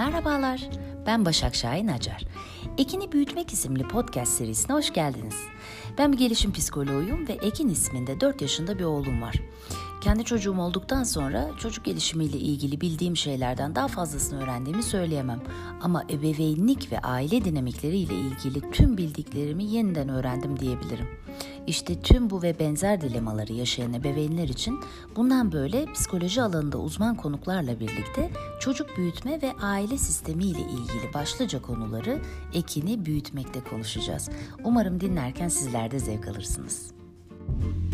Merhabalar, ben Başak Şahin Acar. Ekin'i Büyütmek isimli podcast serisine hoş geldiniz. Ben bir gelişim psikoloğuyum ve Ekin isminde 4 yaşında bir oğlum var. Kendi çocuğum olduktan sonra çocuk gelişimiyle ilgili bildiğim şeylerden daha fazlasını öğrendiğimi söyleyemem. Ama ebeveynlik ve aile dinamikleriyle ilgili tüm bildiklerimi yeniden öğrendim diyebilirim. İşte tüm bu ve benzer dilemaları yaşayan ebeveynler için bundan böyle psikoloji alanında uzman konuklarla birlikte çocuk büyütme ve aile sistemi ile ilgili başlıca konuları Ekin'i büyütmekte konuşacağız. Umarım dinlerken sizler de zevk alırsınız.